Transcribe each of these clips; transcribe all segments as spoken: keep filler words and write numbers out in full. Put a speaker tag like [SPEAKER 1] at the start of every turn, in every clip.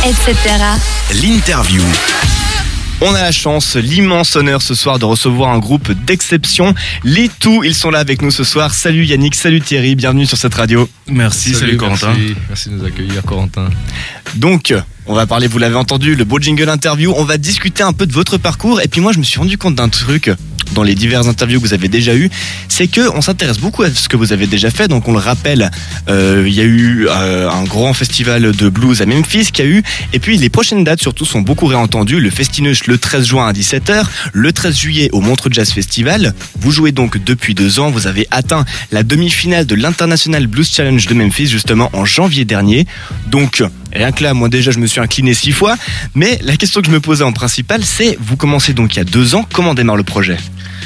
[SPEAKER 1] et cetera.
[SPEAKER 2] L'interview. On a la chance, l'immense honneur ce soir de recevoir un groupe d'exception. Les Tout, ils sont là avec nous ce soir. Salut Yannick, salut Thierry, bienvenue sur cette radio.
[SPEAKER 3] Merci, salut, salut Corentin.
[SPEAKER 4] Merci. merci de nous accueillir Corentin.
[SPEAKER 2] Donc, on va parler, vous l'avez entendu, le beau jingle interview. On va discuter un peu de votre parcours. Et puis moi, je me suis rendu compte d'un truc dans les diverses interviews que vous avez déjà eues. C'est qu'on s'intéresse beaucoup à ce que vous avez déjà fait. Donc on le rappelle, euh, il y a eu euh, un grand festival de blues à Memphis qu'il y a eu. Et puis les prochaines dates surtout sont beaucoup réentendues. Le Festineuch le treize juin à dix-sept heures. Le treize juillet au Montreux Jazz Festival. Vous jouez donc depuis deux ans. Vous avez atteint la demi-finale de l'International Blues Challenge de Memphis justement en janvier dernier. Donc rien que là, moi déjà je me suis incliné six fois. Mais la question que je me posais en principal, c'est vous commencez donc il y a deux ans. Comment démarre le projet ?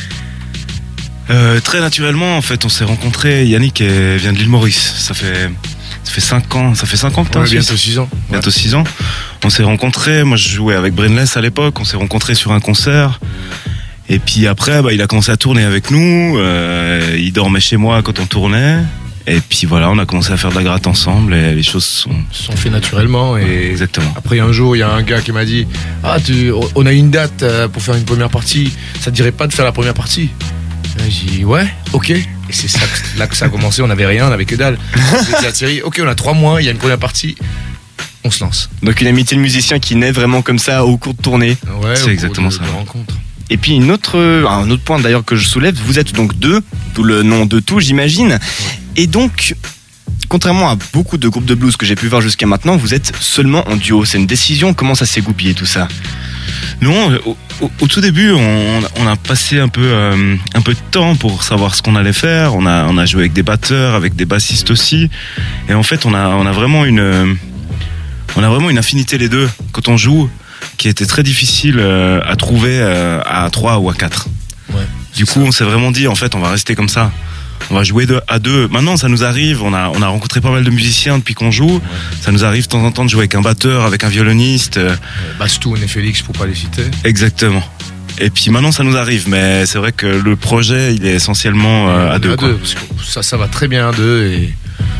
[SPEAKER 3] Euh, très naturellement, en fait, on s'est rencontrés. Yannick est, vient de l'île Maurice. Ça fait, ça fait cinq ans. Ça fait cinq ans que t'es en
[SPEAKER 4] ouais,
[SPEAKER 3] Suisse.
[SPEAKER 4] Bientôt six ans.
[SPEAKER 3] Bientôt ouais. six ans. On s'est rencontrés. Moi, je jouais avec Brainless à l'époque. On s'est rencontrés sur un concert. Et puis après, bah, il a commencé à tourner avec nous. Euh, il dormait chez moi quand on tournait. Et puis voilà, on a commencé à faire de la gratte ensemble et les choses sont
[SPEAKER 4] sont fait naturellement. Et
[SPEAKER 3] exactement.
[SPEAKER 4] Après un jour, il y a un gars qui m'a dit ah, tu, on a une date pour faire une première partie. Ça te dirait pas de faire la première partie? J'ai dit ouais, ok. Et c'est ça, là que ça a commencé. On n'avait rien, on n'avait que dalle. J'ai dit à Thierry, ok, on a trois mois, il y a une première partie, on se lance.
[SPEAKER 2] Donc une amitié de musicien qui naît vraiment comme ça au cours de tournée.
[SPEAKER 4] Ouais,
[SPEAKER 3] c'est exactement
[SPEAKER 4] de,
[SPEAKER 3] ça.
[SPEAKER 4] De rencontre.
[SPEAKER 2] Et puis une autre, un autre point d'ailleurs que je soulève, vous êtes donc deux, d'où le nom de Tout, j'imagine. Ouais. Et donc, contrairement à beaucoup de groupes de blues que j'ai pu voir jusqu'à maintenant, vous êtes seulement en duo. C'est une décision. Comment ça s'est goupillé tout ça ?
[SPEAKER 3] Non, au, au, au tout début, on, on a passé un peu, euh, un peu de temps pour savoir ce qu'on allait faire. On a, on a joué avec des batteurs, avec des bassistes aussi. Et en fait, on a, on a vraiment une, on a vraiment une affinité les deux quand on joue, qui était très difficile euh, à trouver euh, à trois ou à quatre.
[SPEAKER 4] Ouais,
[SPEAKER 3] du coup, ça. On s'est vraiment dit, en fait, on va rester comme ça. On va jouer de, à deux. Maintenant, ça nous arrive. On a, on a rencontré pas mal de musiciens depuis qu'on joue. Ouais. Ça nous arrive de temps en temps de jouer avec un batteur, avec un violoniste. Euh,
[SPEAKER 4] Bastoun et Félix, pour pas les citer.
[SPEAKER 3] Exactement. Et puis maintenant, ça nous arrive. Mais c'est vrai que le projet, il est essentiellement euh, à deux.
[SPEAKER 4] À
[SPEAKER 3] quoi.
[SPEAKER 4] deux, parce que ça, ça va très bien à deux. Et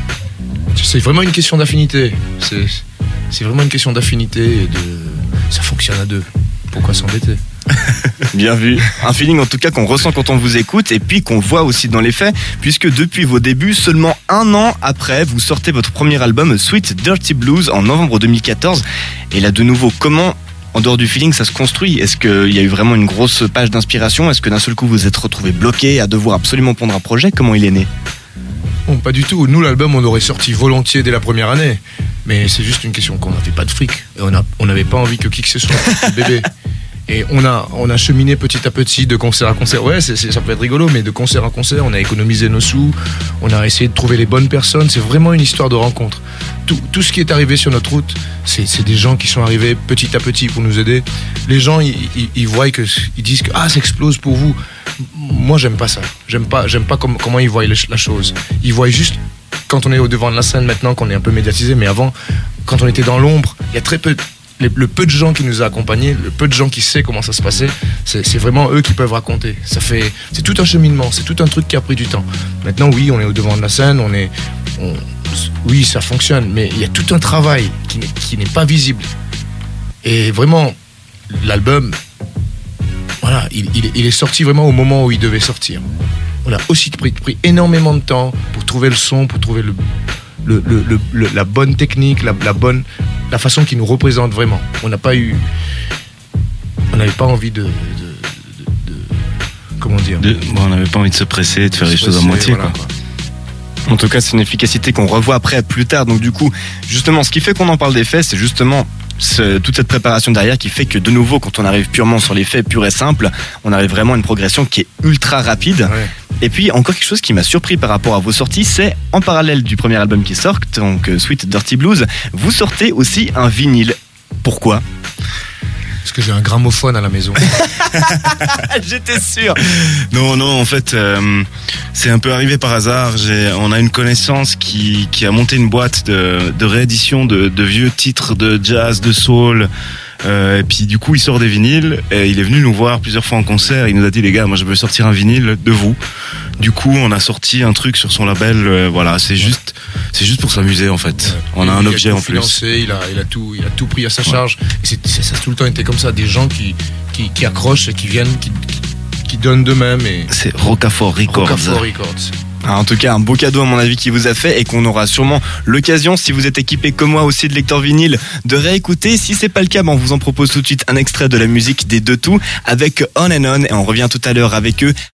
[SPEAKER 4] c'est vraiment une question d'affinité. C'est, c'est vraiment une question d'affinité et de. Ça fonctionne à deux. Pourquoi s'embêter ?
[SPEAKER 2] Bien vu. Un feeling en tout cas qu'on ressent quand on vous écoute et puis qu'on voit aussi dans les faits, puisque depuis vos débuts, seulement un an après, vous sortez votre premier album Sweet Dirty Blues en novembre deux mille quatorze. Et là de nouveau, comment, en dehors du feeling, ça se construit ? Est-ce qu'il y a eu vraiment une grosse page d'inspiration ? Est-ce que d'un seul coup vous êtes retrouvé bloqué à devoir absolument pondre un projet ? Comment il est né ?
[SPEAKER 4] Bon, pas du tout. Nous, l'album, on aurait sorti volontiers dès la première année. Mais c'est juste une question qu'on n'avait pas de fric. Et on on n'avait pas envie que qui que ce soit le bébé. Et on a, on a cheminé petit à petit de concert à concert. Ouais, c'est, c'est, ça peut être rigolo, mais de concert à concert, on a économisé nos sous, on a essayé de trouver les bonnes personnes. C'est vraiment une histoire de rencontre. Tout, tout ce qui est arrivé sur notre route, c'est, c'est des gens qui sont arrivés petit à petit pour nous aider. Les gens, ils, ils, ils voient que, ils disent que ah, ça explose pour vous. Moi, j'aime pas ça. J'aime pas, j'aime pas com- comment ils voient la chose. Ils voient juste quand on est au devant de la scène maintenant, qu'on est un peu médiatisé, mais avant, quand on était dans l'ombre, il y a très peu. Les, le peu de gens qui nous a accompagnés, le peu de gens qui sait comment ça se passait, c'est, c'est vraiment eux qui peuvent raconter. Ça fait, c'est tout un cheminement, c'est tout un truc qui a pris du temps. Maintenant, oui, on est au devant de la scène, on est, on, oui, ça fonctionne, mais il y a tout un travail qui n'est, qui n'est pas visible. Et vraiment, l'album, voilà, il, il, il est sorti vraiment au moment où il devait sortir. On a aussi pris, pris énormément de temps pour trouver le son, pour trouver le, le, le, le, le la bonne technique, la, la bonne, la façon qui nous représente vraiment. On n'a pas eu, on n'avait pas envie de, de, de, de comment dire,
[SPEAKER 3] de, bon, on n'avait pas envie de se presser, de faire les choses à moitié, voilà, quoi.
[SPEAKER 2] En tout cas, c'est une efficacité qu'on revoit après, plus tard. Donc du coup, justement, ce qui fait qu'on en parle des faits, c'est justement ce, toute cette préparation derrière qui fait que de nouveau, quand on arrive purement sur les faits purs et simples, on arrive vraiment à une progression qui est ultra rapide.
[SPEAKER 4] Ouais.
[SPEAKER 2] Et puis encore quelque chose qui m'a surpris par rapport à vos sorties, c'est en parallèle du premier album qui sort, donc Sweet Dirty Blues, vous sortez aussi un vinyle. Pourquoi ?
[SPEAKER 4] Parce que j'ai un gramophone à la maison.
[SPEAKER 2] J'étais sûr.
[SPEAKER 3] Non, non, en fait, euh, c'est un peu arrivé par hasard. J'ai, on a une connaissance qui, qui a monté une boîte de, de réédition de, de vieux titres de jazz, de soul, Euh, et puis du coup, il sort des vinyles. Et il est venu nous voir plusieurs fois en concert. Il nous a dit, les gars, moi je veux sortir un vinyle de vous. Du coup, on a sorti un truc sur son label. Euh, voilà, c'est juste, c'est juste pour s'amuser en fait.
[SPEAKER 4] Ouais.
[SPEAKER 3] On a
[SPEAKER 4] Et
[SPEAKER 3] un
[SPEAKER 4] il
[SPEAKER 3] objet
[SPEAKER 4] tout
[SPEAKER 3] en plus.
[SPEAKER 4] financé, il a, il a tout, il a tout pris à sa charge. Et c'est, c'est, ça a tout le temps été comme ça, des gens qui, qui, qui accrochent et qui viennent, qui, qui, qui donnent d'eux-mêmes. Et
[SPEAKER 3] C'est Rocafort Records.
[SPEAKER 4] Rocafort Records.
[SPEAKER 2] Ah, en tout cas, un beau cadeau à mon avis qui vous a fait et qu'on aura sûrement l'occasion, si vous êtes équipé comme moi aussi de lecteur vinyle, de réécouter. Si c'est pas le cas, ben, on vous en propose tout de suite un extrait de la musique des Deux Tout avec On and On et on revient tout à l'heure avec eux.